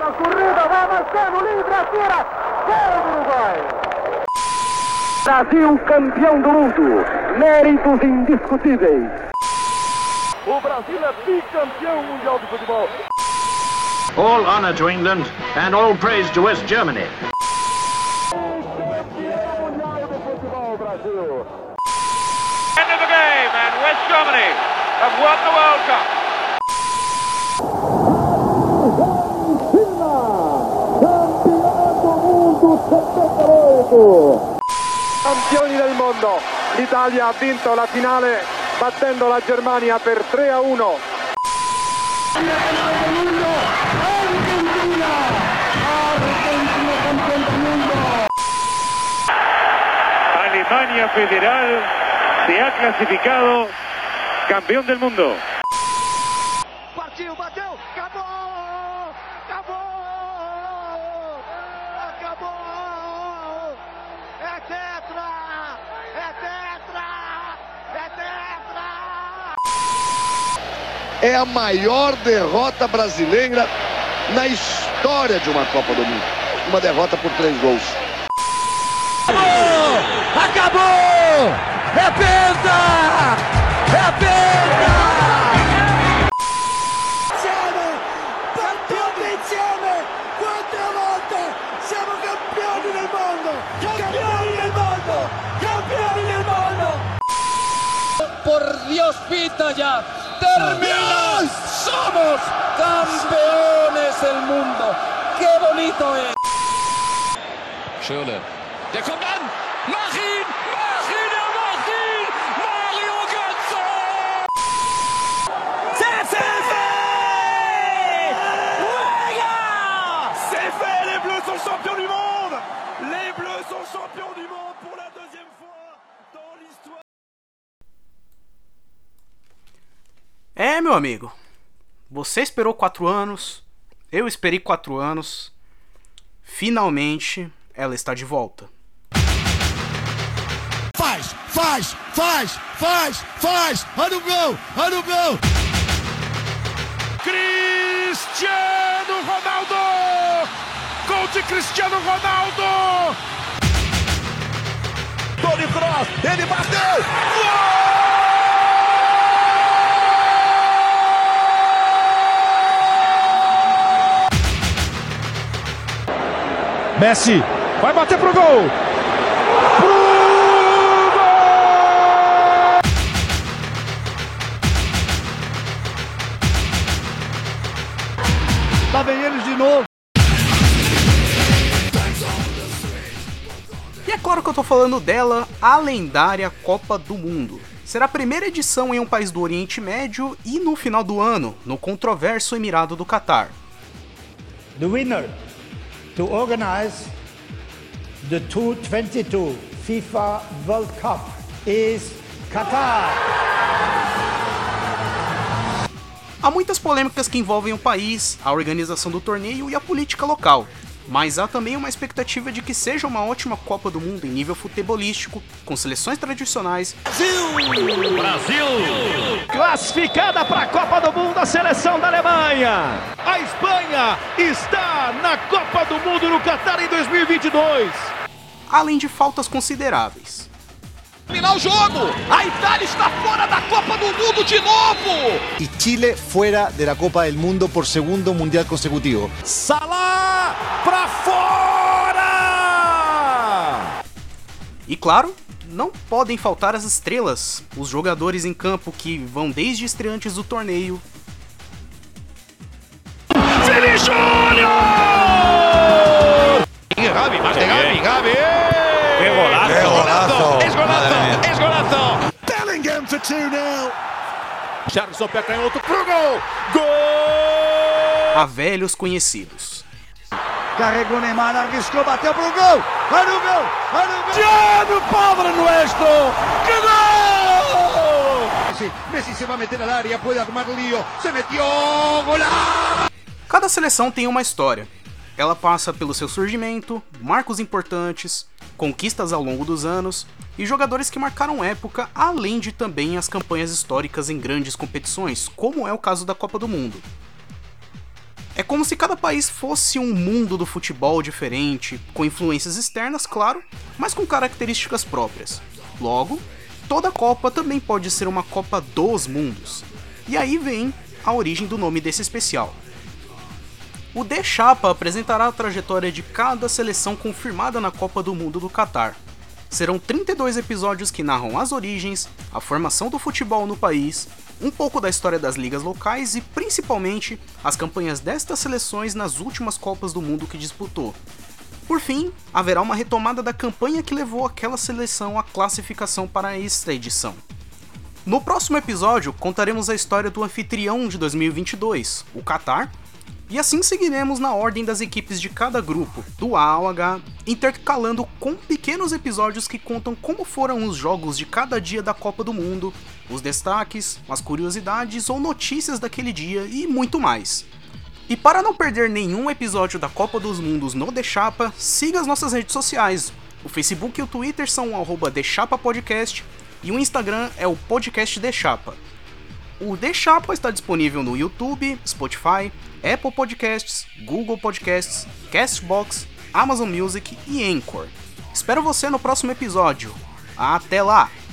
la corrida, va Marcelo, livre, atira, gol do Uruguai. Brasil campeão do mundo, méritos indiscutíveis. O Brasil é bicampeão mundial de futebol. All honor to England and all praise to West Germany. Campeão mundial de futebol, Brasil. End of the game and West Germany have won the World Cup. Campioni del mondo, l'Italia ha vinto la finale battendo la Germania per 3-1. Alemania Federal se ha clasificado campeón del mundo. Partiu, bateu, acabou! Acabou! Acabou! É tetra! É tetra! É tetra! É a maior derrota brasileira na história de uma Copa do Mundo. Uma derrota por 3 gols. Acabou! É penta! É penta! Campioni insieme! Quante volte siamo campioni del mondo! Campioni del mondo! Campioni del mondo! Por Dios, pita ya! ¡Termina! ¡Somos campeones del mundo! ¡Qué bonito es! Schürrle. Der kommt an! Mach ihn! Mach ihn! Er macht ihn! Mario Götze! C'est fait! C'est fait, les Bleus sont champions du monde. Les Bleus sont champions du monde pour la deuxième fois dans l'histoire. É, meu amigo, você esperou 4 anos, eu esperei 4 anos, finalmente ela está de volta. Faz! Olha o gol! Olha o gol! Cristiano Ronaldo! Gol de Cristiano Ronaldo! Toni Kroos, ele bateu! Messi vai bater pro gol! Lá vem eles de novo. E é claro que eu tô falando dela, a lendária Copa do Mundo. Será a primeira edição em um país do Oriente Médio e no final do ano, no controverso Emirado do Catar. The winner to organize the 2022 FIFA World Cup is Qatar. Há muitas polêmicas que envolvem o país, a organização do torneio e a política local, mas há também uma expectativa de que seja uma ótima Copa do Mundo em nível futebolístico, com seleções tradicionais. Brasil! Classificada para a Copa do Mundo a seleção da Alemanha. A Espanha está na Copa do Mundo no Catar em 2022. Além de faltas consideráveis. Terminar o jogo! A Itália está fora da Copa do Mundo de novo! Y Chile fuera de la Copa del Mundo por segundo mundial consecutivo. Salah para fora! E claro, não podem faltar as estrelas, os jogadores em campo que vão desde estreantes do torneio. Vini Júnior! Gabi, mais de Gabi! ¡Qué golazo! ¡Es golazo! ¡Es golazo! ¡Es golazo! Bellingham for 2-0. Charles pé canhoto pro gol! Gol! A velhos conhecidos. Carregou Neymar, arriscou, bateu pro gol! Olha o gol! Olha o gol! Thiago Padre Nuestro! Que gol! Messi se vai meter al área, puede armar lío, se metió, golazo! Cada seleção tem uma história. Ela passa pelo seu surgimento, marcos importantes, conquistas ao longo dos anos e jogadores que marcaram época, além de também as campanhas históricas em grandes competições, como é o caso da Copa do Mundo. É como se cada país fosse um mundo do futebol diferente, com influências externas, claro, mas com características próprias. Logo, toda Copa também pode ser uma Copa dos Mundos. E aí vem a origem do nome desse especial. O The Chapa apresentará a trajetória de cada seleção confirmada na Copa do Mundo do Catar. Serão 32 episódios que narram as origens, a formação do futebol no país, um pouco da história das ligas locais e, principalmente, as campanhas destas seleções nas últimas Copas do Mundo que disputou. Por fim, haverá uma retomada da campanha que levou aquela seleção à classificação para esta edição. No próximo episódio, contaremos a história do anfitrião de 2022, o Catar, e assim seguiremos na ordem das equipes de cada grupo, do A ao H, intercalando com pequenos episódios que contam como foram os jogos de cada dia da Copa do Mundo, os destaques, as curiosidades ou notícias daquele dia e muito mais. E para não perder nenhum episódio da Copa dos Mundos no The Chapa, siga as nossas redes sociais. O Facebook e o Twitter são o @TheChapaPodcast e o Instagram é o Podcast The Chapa. O The Chapa está disponível no YouTube, Spotify, Apple Podcasts, Google Podcasts, Castbox, Amazon Music e Anchor. Espero você no próximo episódio. Até lá!